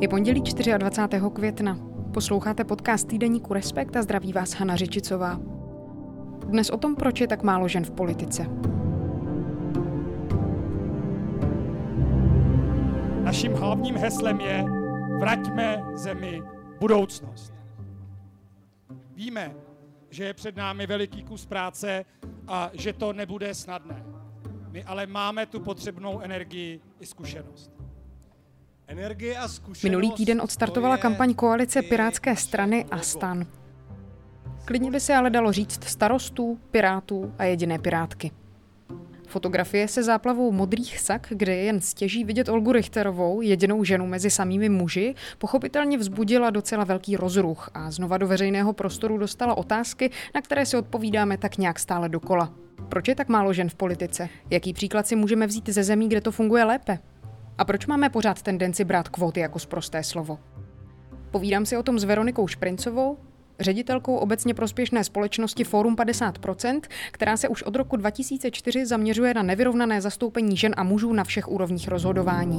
Je pondělí 24. května. Posloucháte podcast týdeníku Respekt a zdraví vás Hana Řičicová. Dnes o tom, proč je tak málo žen v politice. Naším hlavním heslem je vraťme zemi budoucnost. Víme, že je před námi veliký kus práce a že to nebude snadné. My ale máme tu potřebnou energii i zkušenost. Minulý týden odstartovala kampaň koalice Pirátské strany a STAN. Klidně by se ale dalo říct starostů, pirátů a jediné pirátky. Fotografie se záplavou modrých sak, kde je jen stěží vidět Olgu Richterovou, jedinou ženu mezi samými muži, pochopitelně vzbudila docela velký rozruch a znova do veřejného prostoru dostala otázky, na které si odpovídáme tak nějak stále dokola. Proč je tak málo žen v politice? Jaký příklad si můžeme vzít ze zemí, kde to funguje lépe? A proč máme pořád tendenci brát kvóty jako sprosté slovo? Povídám si o tom s Veronikou Šprincovou, ředitelkou obecně prospěšné společnosti Fórum 50%, která se už od roku 2004 zaměřuje na nevyrovnané zastoupení žen a mužů na všech úrovních rozhodování.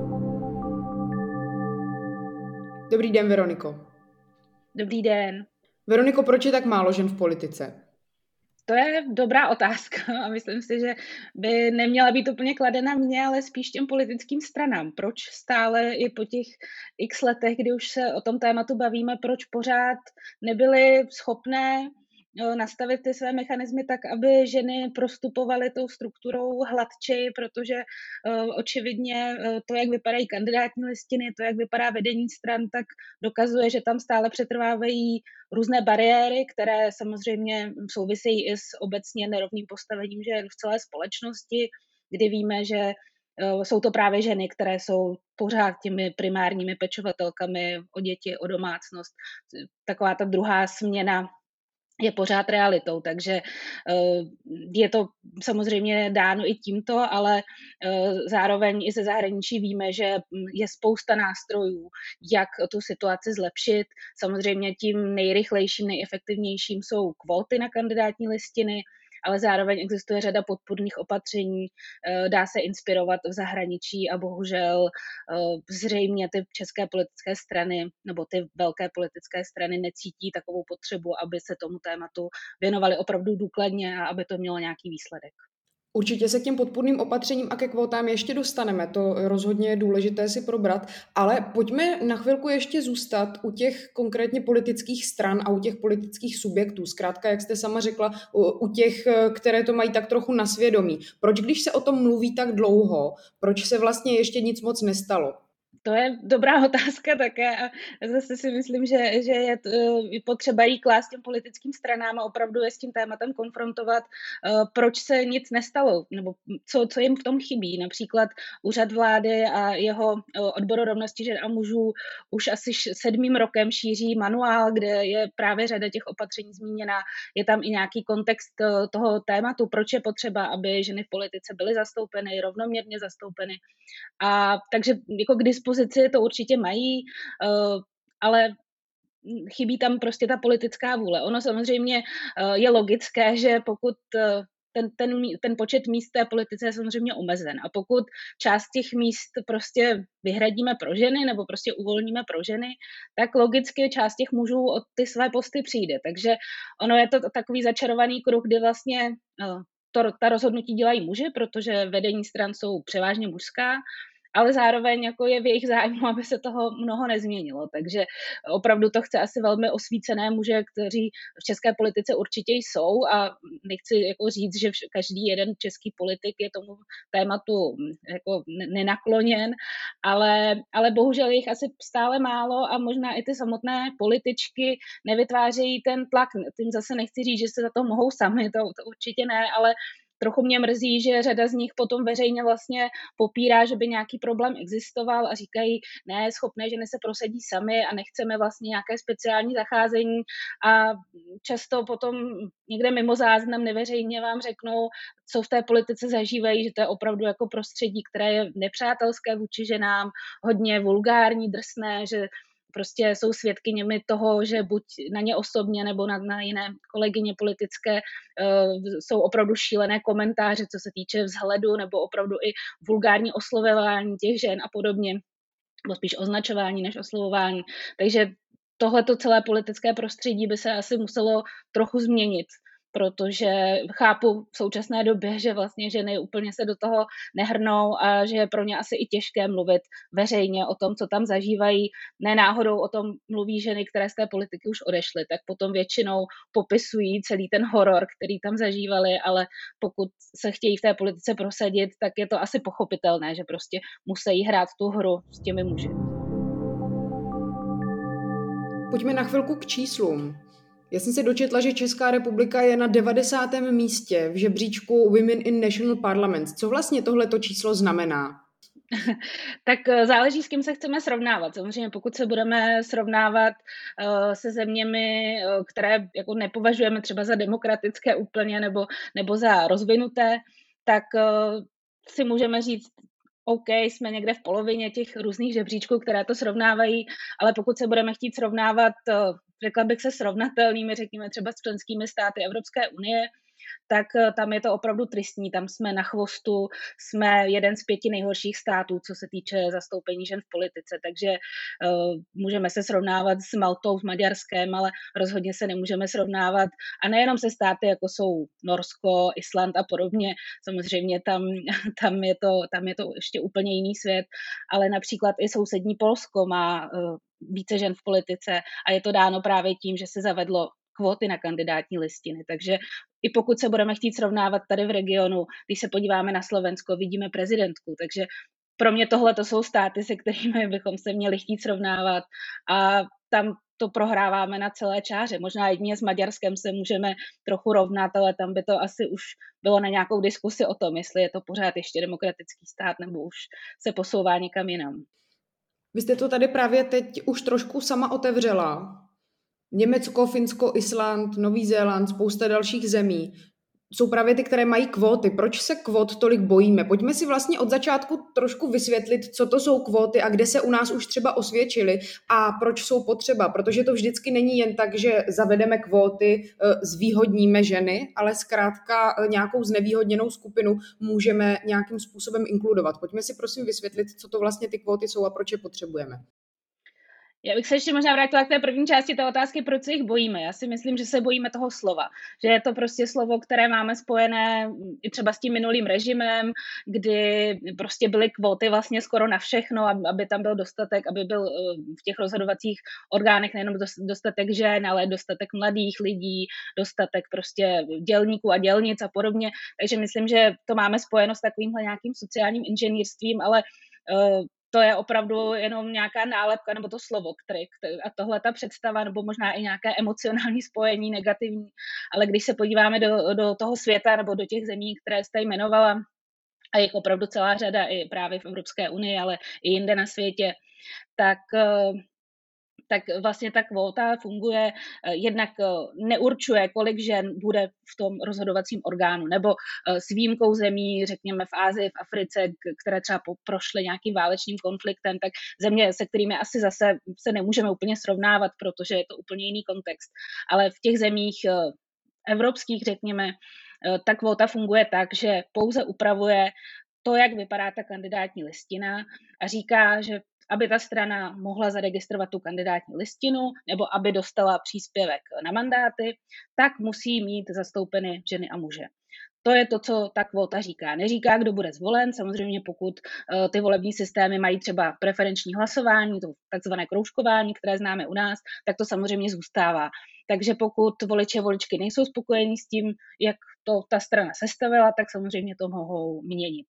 Dobrý den, Veroniko. Dobrý den. Veroniko, proč je tak málo žen v politice? To je dobrá otázka a myslím si, že by neměla být úplně kladena mně, ale spíš těm politickým stranám. Proč stále i po těch x letech, kdy už se o tom tématu bavíme, proč pořád nebyly schopné nastavit ty své mechanismy tak, aby ženy prostupovaly tou strukturou hladčeji, protože očividně to, jak vypadají kandidátní listiny, to, jak vypadá vedení stran, tak dokazuje, že tam stále přetrvávají různé bariéry, které samozřejmě souvisejí i s obecně nerovným postavením žen v celé společnosti, kdy víme, že jsou to právě ženy, které jsou pořád těmi primárními pečovatelkami o děti, o domácnost. Taková ta druhá směna je pořád realitou, takže je to samozřejmě dáno i tímto, ale zároveň i ze zahraničí víme, že je spousta nástrojů, jak tu situaci zlepšit. Samozřejmě tím nejrychlejším, nejefektivnějším jsou kvóty na kandidátní listiny, ale zároveň existuje řada podpůrných opatření, dá se inspirovat v zahraničí a bohužel zřejmě ty české politické strany nebo ty velké politické strany necítí takovou potřebu, aby se tomu tématu věnovali opravdu důkladně a aby to mělo nějaký výsledek. Určitě se k těm podpůrným opatřením a ke kvótám ještě dostaneme, to rozhodně je důležité si probrat, ale pojďme na chvilku ještě zůstat u těch konkrétně politických stran a u těch politických subjektů, zkrátka, jak jste sama řekla, u těch, které to mají tak trochu na svědomí. Proč, když se o tom mluví tak dlouho, proč se vlastně ještě nic moc nestalo? To je dobrá otázka také a zase si myslím, že je potřeba jí klást těm politickým stranám a opravdu je s tím tématem konfrontovat, proč se nic nestalo, nebo co jim v tom chybí. Například Úřad vlády a jeho odbor rovnosti žen a mužů už asi 7. rokem šíří manuál, kde je právě řada těch opatření zmíněna. Je tam i nějaký kontext toho tématu, proč je potřeba, aby ženy v politice byly zastoupeny, rovnoměrně zastoupeny. A takže jako k dispozici to určitě mají, ale chybí tam prostě ta politická vůle. Ono samozřejmě je logické, že pokud ten počet míst té politice je samozřejmě omezen a pokud část těch míst prostě vyhradíme pro ženy nebo prostě uvolníme pro ženy, tak logicky část těch mužů o ty své posty přijde. Takže ono je to takový začarovaný kruh, kdy vlastně ta rozhodnutí dělají muži, protože vedení stran jsou převážně mužská, ale zároveň jako je v jejich zájmu, aby se toho mnoho nezměnilo. Takže opravdu to chce asi velmi osvícené muže, kteří v české politice určitě jsou a nechci jako říct, že každý jeden český politik je tomu tématu jako nenakloněn, ale bohužel jich asi stále málo a možná i ty samotné političky nevytvářejí ten tlak. Tím zase nechci říct, že se za to mohou sami, to určitě ne, ale trochu mě mrzí, že řada z nich potom veřejně vlastně popírá, že by nějaký problém existoval a říkají, ne, schopné ženy se prosadí sami a nechceme vlastně nějaké speciální zacházení a často potom někde mimo záznam neveřejně vám řeknou, co v té politice zažívají, že to je opravdu jako prostředí, které je nepřátelské vůči ženám, hodně vulgární, drsné, že prostě jsou svědkyněmi toho, že buď na ně osobně nebo na jiné kolegyně politické jsou opravdu šílené komentáře, co se týče vzhledu nebo opravdu i vulgární oslovování těch žen a podobně. nebo spíš označování než oslovování. Takže tohleto celé politické prostředí by se asi muselo trochu změnit, protože chápu v současné době, že vlastně ženy úplně se do toho nehrnou a že je pro ně asi i těžké mluvit veřejně o tom, co tam zažívají. Ne náhodou o tom mluví ženy, které z té politiky už odešly, tak potom většinou popisují celý ten horor, který tam zažívali, ale pokud se chtějí v té politice prosadit, tak je to asi pochopitelné, že prostě musí hrát tu hru s těmi muži. Pojďme na chvilku k číslům. Já jsem se dočetla, že Česká republika je na 90. místě v žebříčku Women in National Parliament. Co vlastně tohleto číslo znamená? Tak záleží, s kým se chceme srovnávat. Samozřejmě pokud se budeme srovnávat se zeměmi, které jako nepovažujeme třeba za demokratické úplně nebo za rozvinuté, tak si můžeme říct, OK, jsme někde v polovině těch různých žebříčků, které to srovnávají, ale pokud se budeme chtít srovnávat, řekla bych se srovnatelnými, řekněme třeba s členskými státy Evropské unie, tak tam je to opravdu tristní. Tam jsme na chvostu, jsme jeden z 5 nejhorších států, co se týče zastoupení žen v politice, takže můžeme se srovnávat s Maltou, s Maďarskem, ale rozhodně se nemůžeme srovnávat a nejenom se státy, jako jsou Norsko, Island a podobně. Samozřejmě tam je to ještě úplně jiný svět, ale například i sousední Polsko má více žen v politice a je to dáno právě tím, že se zavedlo kvóty na kandidátní listiny. Takže i pokud se budeme chtít srovnávat tady v regionu, když se podíváme na Slovensko, vidíme prezidentku. Takže pro mě tohle to jsou státy, se kterými bychom se měli chtít srovnávat a tam to prohráváme na celé čáře. Možná jedině s Maďarskem se můžeme trochu rovnat, ale tam by to asi už bylo na nějakou diskusi o tom, jestli je to pořád ještě demokratický stát nebo už se posouvá někam jinam. Vy jste to tady právě teď už trošku sama otevřela. Německo, Finsko, Island, Nový Zéland, spousta dalších zemí jsou právě ty, které mají kvóty. Proč se kvót tolik bojíme? Pojďme si vlastně od začátku trošku vysvětlit, co to jsou kvóty a kde se u nás už třeba osvědčily a proč jsou potřeba. Protože to vždycky není jen tak, že zavedeme kvóty, zvýhodníme ženy, ale zkrátka nějakou znevýhodněnou skupinu můžeme nějakým způsobem inkludovat. Pojďme si prosím vysvětlit, co to vlastně ty kvóty jsou a proč je potřebujeme. Já bych se ještě možná vrátila k té první části té otázky, proč se jich bojíme. Já si myslím, že se bojíme toho slova. Že je to prostě slovo, které máme spojené i třeba s tím minulým režimem, kdy prostě byly kvóty vlastně skoro na všechno, aby tam byl dostatek, aby byl v těch rozhodovacích orgánech nejenom dostatek žen, ale dostatek mladých lidí, dostatek prostě dělníků a dělnic a podobně. Takže myslím, že to máme spojeno s takovýmhle nějakým sociálním inženýrstvím, ale to je opravdu jenom nějaká nálepka nebo to slovo, a tohle ta představa, nebo možná i nějaké emocionální spojení negativní. Ale když se podíváme do toho světa nebo do těch zemí, které jste jmenovala, a jich opravdu celá řada i právě v Evropské unii, ale i jinde na světě, tak vlastně ta kvóta funguje, jednak neurčuje, kolik žen bude v tom rozhodovacím orgánu, nebo s výjimkou zemí, řekněme v Asii, v Africe, které třeba prošly nějakým válečným konfliktem, tak země, se kterými asi zase se nemůžeme úplně srovnávat, protože je to úplně jiný kontext. Ale v těch zemích evropských, řekněme, ta kvóta funguje tak, že pouze upravuje to, jak vypadá ta kandidátní listina a říká, že aby ta strana mohla zaregistrovat tu kandidátní listinu nebo aby dostala příspěvek na mandáty, tak musí mít zastoupeny ženy a muže. To je to, co ta kvóta říká. Neříká, kdo bude zvolen, samozřejmě pokud ty volební systémy mají třeba preferenční hlasování, to takzvané kroužkování, které známe u nás, tak to samozřejmě zůstává. Takže pokud voličky nejsou spokojení s tím, jak to ta strana sestavila, tak samozřejmě to mohou měnit.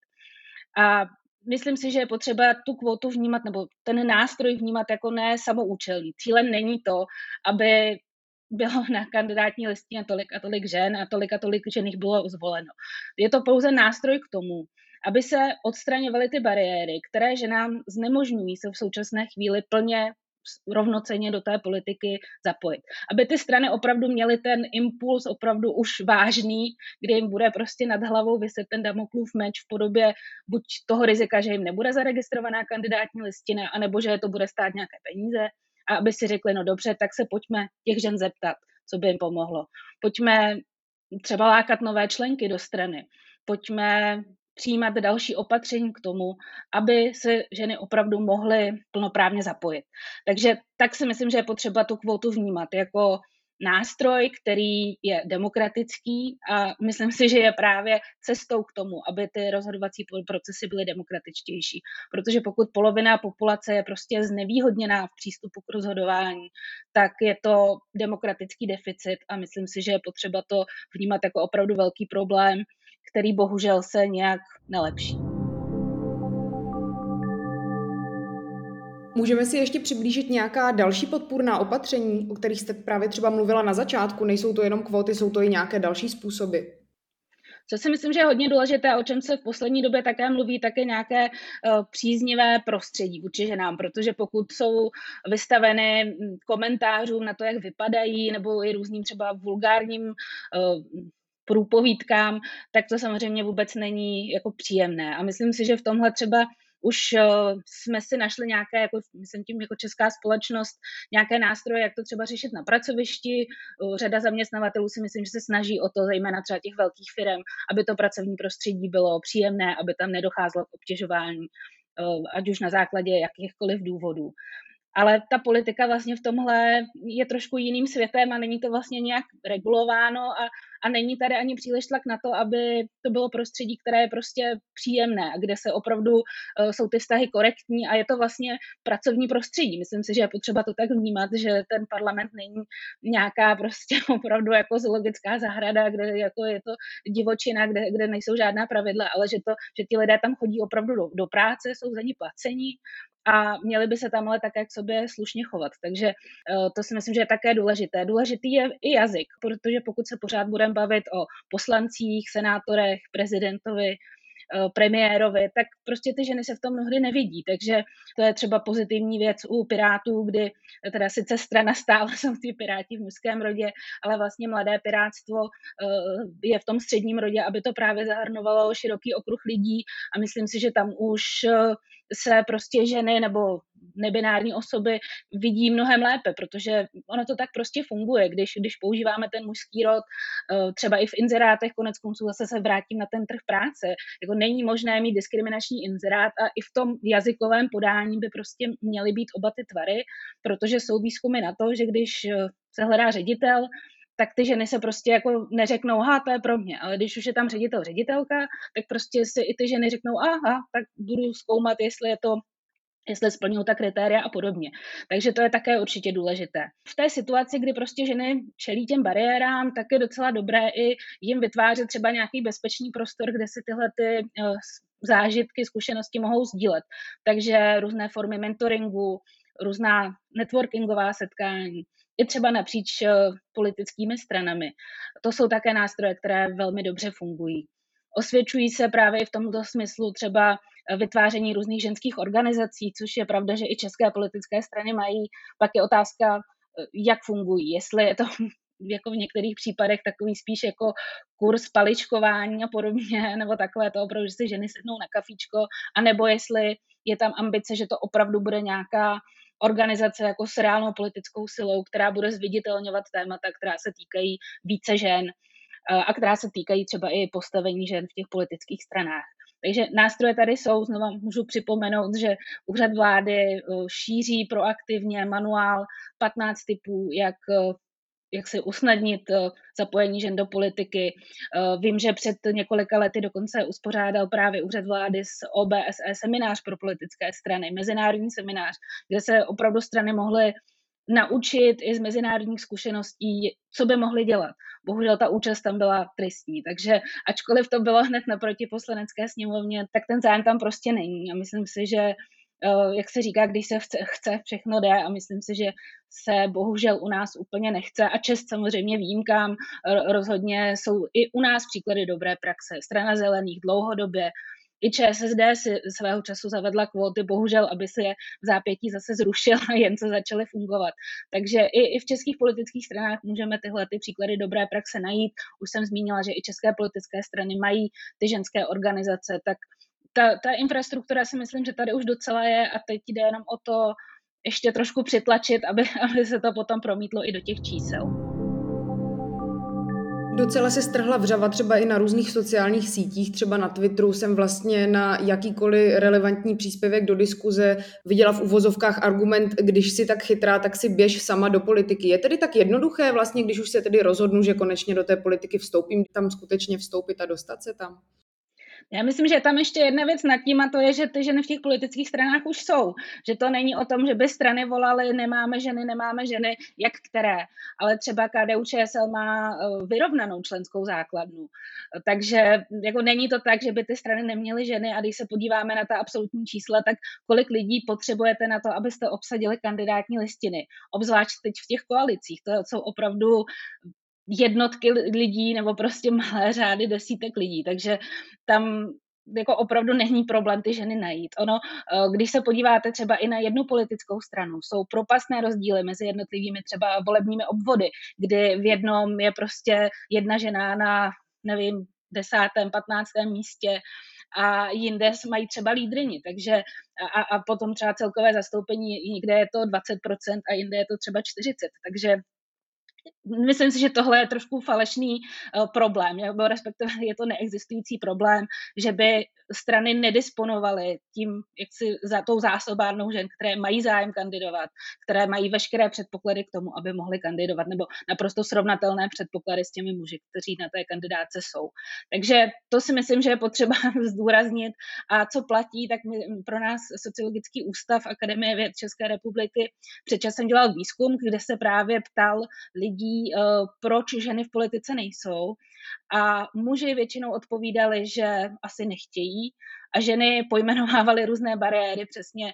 A myslím si, že je potřeba tu kvótu vnímat, nebo ten nástroj vnímat jako ne samoučelný. Cílem není to, aby bylo na kandidátní listině tolik a tolik žen a tolik žen jich bylo zvoleno. Je to pouze nástroj k tomu, aby se odstraňovaly ty bariéry, které ženám znemožňují se v současné chvíli plně rovnocenně do té politiky zapojit. Aby ty strany opravdu měly ten impuls opravdu už vážný, kdy jim bude prostě nad hlavou viset ten Damoklův meč v podobě buď toho rizika, že jim nebude zaregistrovaná kandidátní listina, anebo že je to bude stát nějaké peníze, a aby si řekli, no dobře, tak se pojďme těch žen zeptat, co by jim pomohlo. Pojďme třeba lákat nové členky do strany. Pojďme přijímat další opatření k tomu, aby se ženy opravdu mohly plnoprávně zapojit. Takže tak si myslím, že je potřeba tu kvótu vnímat jako nástroj, který je demokratický a myslím si, že je právě cestou k tomu, aby ty rozhodovací procesy byly demokratičtější. Protože pokud polovina populace je prostě znevýhodněná v přístupu k rozhodování, tak je to demokratický deficit a myslím si, že je potřeba to vnímat jako opravdu velký problém, který bohužel se nějak nelepší. Můžeme si ještě přiblížit nějaká další podpůrná opatření, o kterých jste právě třeba mluvila na začátku? Nejsou to jenom kvóty, jsou to i nějaké další způsoby. Co si myslím, že je hodně důležité, o čem se v poslední době také mluví, také nějaké příznivé prostředí vůči ženám, protože pokud jsou vystaveny komentářům na to, jak vypadají, nebo i různým třeba vulgárním průpovídkám, tak to samozřejmě vůbec není jako příjemné. A myslím si, že v tomhle třeba už jsme si našli nějaké, jako, myslím tím jako česká společnost, nějaké nástroje, jak to třeba řešit na pracovišti. Řada zaměstnavatelů si myslím, že se snaží o to, zejména třeba těch velkých firm, aby to pracovní prostředí bylo příjemné, aby tam nedocházelo k obtěžování, ať už na základě jakýchkoliv důvodů. Ale ta politika vlastně v tomhle je trošku jiným světem a není to vlastně nějak regulováno a není tady ani příliš tlak na to, aby to bylo prostředí, které je prostě příjemné a kde se opravdu jsou ty vztahy korektní a je to vlastně pracovní prostředí. Myslím si, že je potřeba to tak vnímat, že ten parlament není nějaká prostě opravdu jako zoologická zahrada, kde jako je to divočina, kde nejsou žádná pravidla, ale že ti lidé tam chodí opravdu do práce, jsou za ní placení a měli by se tam ale také k sobě slušně chovat. Takže to si myslím, že je také důležité. Důležitý je i jazyk, protože pokud se pořád budeme bavit o poslancích, senátorech, prezidentovi, premiérovi, tak prostě ty ženy se v tom mnohdy nevidí. Takže to je třeba pozitivní věc u Pirátů, kdy teda sice strana stále jsou ty Piráti v mužském rodě, ale vlastně mladé pirátstvo je v tom středním rodě, aby to právě zahrnovalo široký okruh lidí a myslím si, že tam už se prostě ženy nebo nebinární osoby vidí mnohem lépe, protože ono to tak prostě funguje, když používáme ten mužský rod, třeba i v inzerátech, konec konců zase se vrátím na ten trh práce, jako není možné mít diskriminační inzerát a i v tom jazykovém podání by prostě měly být oba ty tvary, protože jsou výzkumy na to, že když se hledá ředitel, tak ty ženy se prostě jako neřeknou, to je pro mě, ale když už je tam ředitel, ředitelka, tak prostě si i ty ženy řeknou, tak budu zkoumat, jestli splňují ta kritéria a podobně. Takže to je také určitě důležité. V té situaci, kdy prostě ženy čelí těm bariérám, tak je docela dobré i jim vytvářet třeba nějaký bezpečný prostor, kde si tyhle ty zážitky, zkušenosti mohou sdílet. Takže různé formy mentoringu, různá networkingová setkání, i třeba napříč politickými stranami. To jsou také nástroje, které velmi dobře fungují. Osvědčují se právě v tomto smyslu třeba vytváření různých ženských organizací, což je pravda, že i české politické strany mají. Pak je otázka, jak fungují. Jestli je to jako v některých případech takový spíš jako kurz paličkování a podobně, nebo takové to opravdu, že si ženy sednou na kafíčko, anebo jestli je tam ambice, že to opravdu bude nějaká organizace jako s reálnou politickou silou, která bude zviditelňovat témata, která se týkají více žen a která se týkají třeba i postavení žen v těch politických stranách. Takže nástroje tady jsou, znova můžu připomenout, že úřad vlády šíří proaktivně manuál 15 typů, jak si usnadnit zapojení žen do politiky. Vím, že před několika lety dokonce uspořádal právě úřad vlády s OBSE seminář pro politické strany, mezinárodní seminář, kde se opravdu strany mohly naučit i z mezinárodních zkušeností, co by mohli dělat. Bohužel ta účast tam byla tristní, takže ačkoliv to bylo hned naproti poslanecké sněmovně, tak ten zájem tam prostě není a myslím si, že jak se říká, když se chce, všechno jde a myslím si, že se bohužel u nás úplně nechce a čest samozřejmě výjimkám, rozhodně jsou i u nás příklady dobré praxe. Strana zelených dlouhodobě, i ČSSD si svého času zavedla kvóty, bohužel, aby si je v zápětí zase zrušila, jen co začaly fungovat. Takže i v českých politických stranách můžeme tyhle ty příklady dobré praxe najít. Už jsem zmínila, že i české politické strany mají ty ženské organizace, tak ta infrastruktura si myslím, že tady už docela je a teď jde jenom o to ještě trošku přitlačit, aby se to potom promítlo i do těch čísel. Docela se strhla vřava třeba i na různých sociálních sítích, třeba na Twitteru jsem vlastně na jakýkoliv relevantní příspěvek do diskuze viděla v uvozovkách argument, když jsi tak chytrá, tak si běž sama do politiky. Je tedy tak jednoduché vlastně, když už se tedy rozhodnu, že konečně do té politiky vstoupím, tam skutečně vstoupit a dostat se tam? Já myslím, že tam ještě jedna věc nad tím, a to je, že ty ženy v těch politických stranách už jsou. Že to není o tom, že by strany volaly, nemáme ženy, jak které. Ale třeba KDU-ČSL má vyrovnanou členskou základnu. Takže jako není to tak, že by ty strany neměly ženy, a když se podíváme na ta absolutní čísla, tak kolik lidí potřebujete na to, abyste obsadili kandidátní listiny. Obzvlášť teď v těch koalicích. To jsou opravdu jednotky lidí nebo prostě malé řády desítek lidí, takže tam jako opravdu není problém ty ženy najít. Ono, když se podíváte třeba i na jednu politickou stranu, jsou propastné rozdíly mezi jednotlivými třeba volebními obvody, kdy v jednom je prostě jedna žena na, nevím, 10., 15. místě a jinde mají třeba lídryni, takže a potom třeba celkové zastoupení, někde je to 20% a jinde je to třeba 40%, takže myslím si, že tohle je trošku falešný problém, nebo respektive je to neexistující problém, že by strany nedisponovaly tím, jak si za tou zásobárnou žen, které mají zájem kandidovat, které mají veškeré předpoklady k tomu, aby mohly kandidovat, nebo naprosto srovnatelné předpoklady s těmi muži, kteří na té kandidáce jsou. Takže to si myslím, že je potřeba zdůraznit. A co platí, tak pro nás Sociologický ústav Akademie věd České republiky před časem dělal výzkum, kde se právě ptal lidí, proč ženy v politice nejsou. A muži většinou odpovídali, že asi nechtějí, a ženy pojmenovávaly různé bariéry, přesně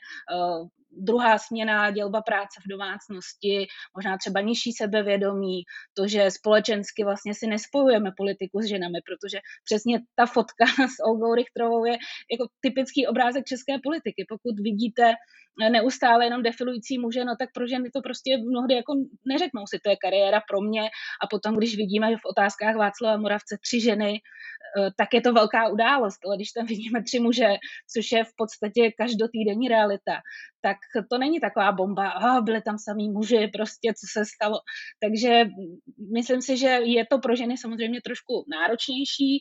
druhá směna, dělba práce v domácnosti, možná třeba nižší sebevědomí, to, že společensky vlastně si nespojujeme politiku s ženami, protože přesně ta fotka s Olgou Richtrovou je jako typický obrázek české politiky. Pokud vidíte neustále jenom defilující muže, no tak pro ženy to prostě mnohdy jako neřeknou si, to je kariéra pro mě, a potom, když vidíme, že v otázkách Václava Moravce 3 ženy, tak je to velká událost, ale když tam vidíme 3 muže, což je v podstatě každotýdenní realita, tak to není taková bomba, byli tam samý muži, prostě co se stalo. Takže myslím si, že je to pro ženy samozřejmě trošku náročnější,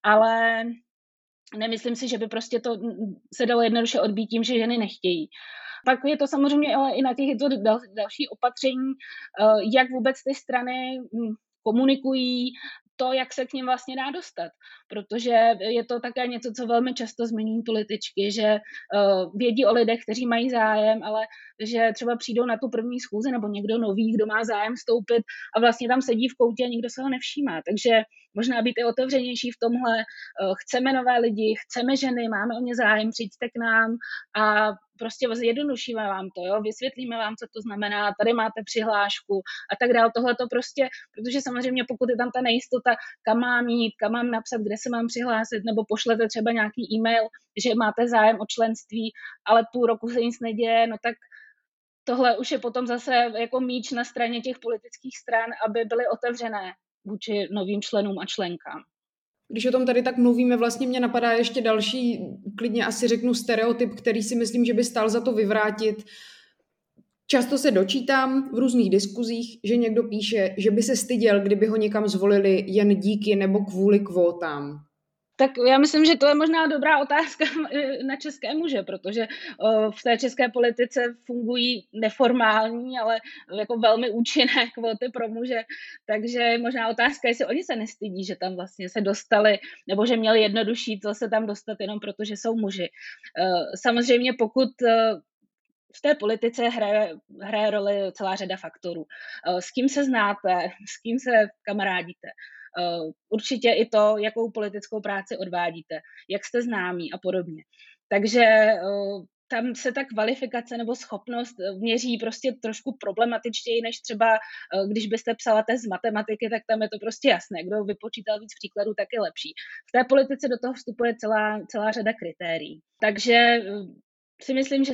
ale nemyslím si, že by prostě to se dalo jednoduše odbít tím, že ženy nechtějí. Pak je to samozřejmě ale i na těch další opatření, jak vůbec ty strany komunikují to, jak se k nim vlastně dá dostat. Protože je to také něco, co velmi často zmiňují političky, že vědí o lidech, kteří mají zájem, ale že třeba přijdou na tu první schůzi nebo někdo nový, kdo má zájem vstoupit a vlastně tam sedí v koutě a nikdo se ho nevšímá. Takže možná být i otevřenější v tomhle. Chceme nové lidi, chceme ženy, máme o ně zájem, přijďte k nám a prostě zjednodušíme vám to, jo? Vysvětlíme vám, co to znamená, tady máte přihlášku a tak dále. Tohle to prostě, protože samozřejmě pokud je tam ta nejistota, kam mám jít, kam mám napsat, kde se mám přihlásit, nebo pošlete třeba nějaký e-mail, že máte zájem o členství, ale půl roku se nic neděje, no tak tohle už je potom zase jako míč na straně těch politických stran, aby byly otevřené vůči novým členům a členkám. Když o tom tady tak mluvíme, vlastně mě napadá ještě další, klidně asi řeknu stereotyp, který si myslím, že by stál za to vyvrátit. Často se dočítám v různých diskuzích, že někdo píše, že by se styděl, kdyby ho někam zvolili jen díky nebo kvůli kvótám. Tak já myslím, že to je možná dobrá otázka na české muže, protože v té české politice fungují neformální, ale jako velmi účinné kvóty pro muže. Takže možná otázka, jestli oni se nestydí, že tam vlastně se dostali, nebo že měli jednodušší to se tam dostat jenom proto, že jsou muži. Samozřejmě pokud v té politice hraje roli celá řada faktorů. S kým se znáte, s kým se kamarádíte. Určitě i to, jakou politickou práci odvádíte, jak jste známí a podobně. Takže tam se ta kvalifikace nebo schopnost měří prostě trošku problematičtěji, než třeba když byste psala test z matematiky, tak tam je to prostě jasné. Kdo vypočítal víc příkladů, tak je lepší. V té politice do toho vstupuje celá řada kritérií. Takže si myslím, že se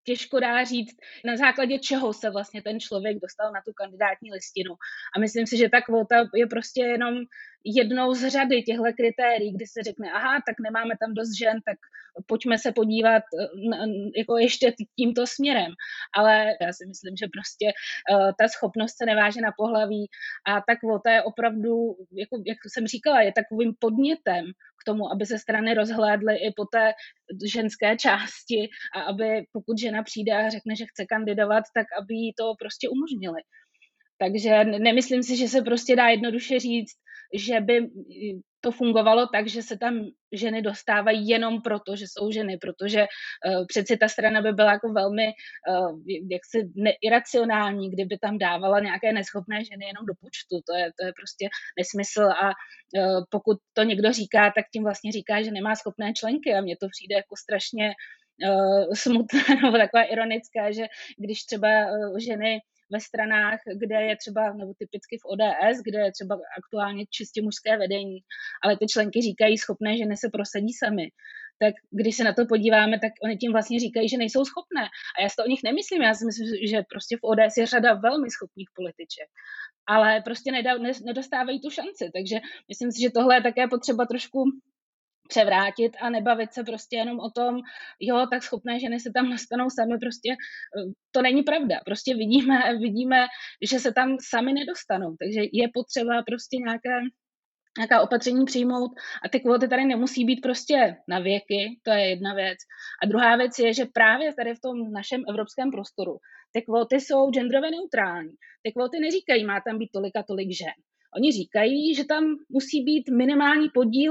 těžko dá říct, na základě čeho se vlastně ten člověk dostal na tu kandidátní listinu. A myslím si, že ta kvóta je prostě jenom jednou z řady těchto kritérií, kdy se řekne, aha, tak nemáme tam dost žen, tak pojďme se podívat jako ještě tímto směrem. Ale já si myslím, že prostě ta schopnost se neváže na pohlaví a ta kvóta je opravdu, jako, jak jsem říkala, je takovým podnětem k tomu, aby se strany rozhlédly i po té ženské části a aby pokud žena přijde a řekne, že chce kandidovat, tak aby jí to prostě umožnili. Takže nemyslím si, že se prostě dá jednoduše říct, že by to fungovalo tak, že se tam ženy dostávají jenom proto, že jsou ženy, protože přeci ta strana by byla jako velmi jaksi iracionální, kdyby tam dávala nějaké neschopné ženy jenom do počtu. To je prostě nesmysl a pokud to někdo říká, tak tím vlastně říká, že nemá schopné členky a mně to přijde jako strašně smutné nebo takové ironické, že když třeba ženy ve stranách, kde je třeba, nebo typicky v ODS, kde je třeba aktuálně čistě mužské vedení, ale ty členky říkají schopné ženy se prosadí sami. Tak když se na to podíváme, tak oni tím vlastně říkají, že nejsou schopné. A já si to o nich nemyslím, já si myslím, že prostě v ODS je řada velmi schopných političek, ale prostě nedostávají tu šanci. Takže myslím si, že tohle je také potřeba trošku převrátit a nebavit se prostě jenom o tom, jo, tak schopné ženy se tam dostanou sami, prostě to není pravda. Prostě vidíme, že se tam sami nedostanou, takže je potřeba prostě nějaká opatření přijmout a ty kvóty tady nemusí být prostě na věky, to je jedna věc. A druhá věc je, že právě tady v tom našem evropském prostoru ty kvóty jsou genderově neutrální. Ty kvóty neříkají, má tam být tolik a tolik žen. Oni říkají, že tam musí být minimální podíl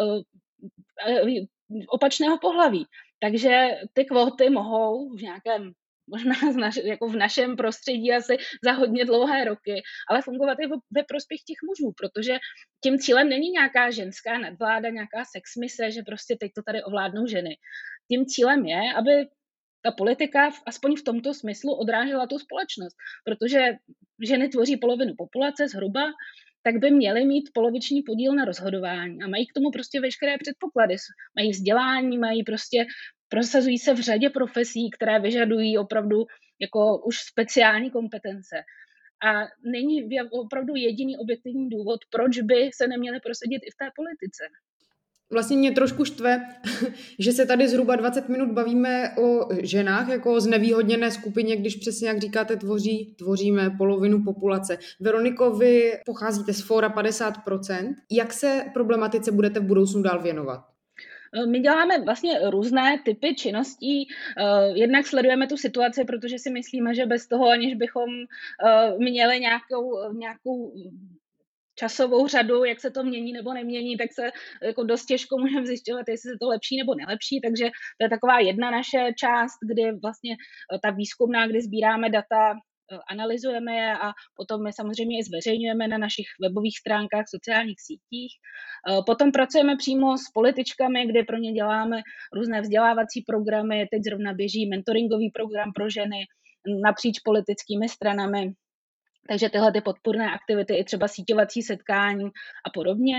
opačného pohlaví. Takže ty kvóty mohou v nějakém, možná jako v našem prostředí asi za hodně dlouhé roky, ale fungovat i ve prospěch těch mužů, protože tím cílem není nějaká ženská nadvláda, nějaká sexmise, že prostě teď to tady ovládnou ženy. Tím cílem je, aby ta politika aspoň v tomto smyslu odrážela tu společnost, protože ženy tvoří polovinu populace zhruba, tak by měly mít poloviční podíl na rozhodování a mají k tomu prostě veškeré předpoklady. Mají vzdělání, prosazují se v řadě profesí, které vyžadují opravdu jako už speciální kompetence. A není opravdu jediný objektivní důvod, proč by se neměly prosadit i v té politice. Vlastně mě trošku štve, že se tady zhruba 20 minut bavíme o ženách jako o znevýhodněné skupině, když přesně jak říkáte, tvoříme polovinu populace. Veroniko, vy pocházíte z Fóra 50%. Jak se problematice budete v budoucnu dál věnovat? My děláme vlastně různé typy činností. Jednak sledujeme tu situaci, protože si myslíme, že bez toho, aniž bychom měli nějakou časovou řadu, jak se to mění nebo nemění, tak se jako dost těžko můžeme zjišťovat, jestli se to lepší nebo nelepší, takže to je taková jedna naše část, kdy vlastně ta výzkumná, kdy sbíráme data, analyzujeme je a potom je samozřejmě i zveřejňujeme na našich webových stránkách, sociálních sítích. Potom pracujeme přímo s političkami, kde pro ně děláme různé vzdělávací programy, teď zrovna běží mentoringový program pro ženy napříč politickými stranami. Takže tyhle ty podpůrné aktivity, i třeba síťovací setkání a podobně.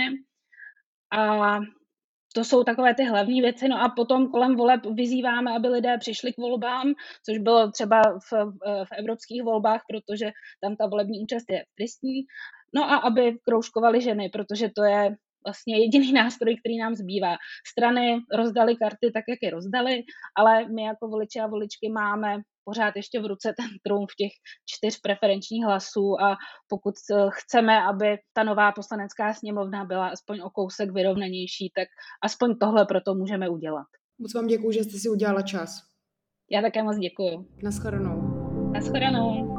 A to jsou takové ty hlavní věci. No a potom kolem voleb vyzýváme, aby lidé přišli k volbám, což bylo třeba v evropských volbách, protože tam ta volební účast je tristní. No a aby kroužkovaly ženy, protože to je vlastně jediný nástroj, který nám zbývá. Strany rozdaly karty tak, jak je rozdaly, ale my jako voliči a voličky máme pořád ještě v ruce ten trumf těch 4 preferenčních hlasů a pokud chceme, aby ta nová poslanecká sněmovna byla aspoň o kousek vyrovnanější, tak aspoň tohle proto můžeme udělat. Moc vám děkuju, že jste si udělala čas. Já také moc děkuju. Naschledanou. Naschledanou.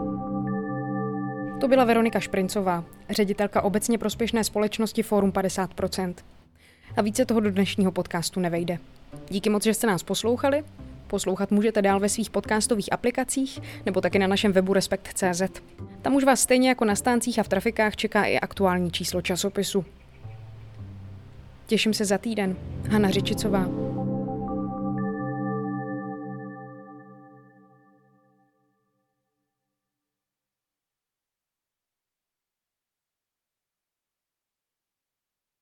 To byla Veronika Šprincová, ředitelka obecně prospěšné společnosti Fórum 50%. A více toho do dnešního podcastu nevejde. Díky moc, že jste nás poslouchali. Poslouchat můžete dál ve svých podcastových aplikacích nebo taky na našem webu Respekt.cz. Tam už vás stejně jako na stáncích a v trafikách čeká i aktuální číslo časopisu. Těším se za týden. Hana Řičicová.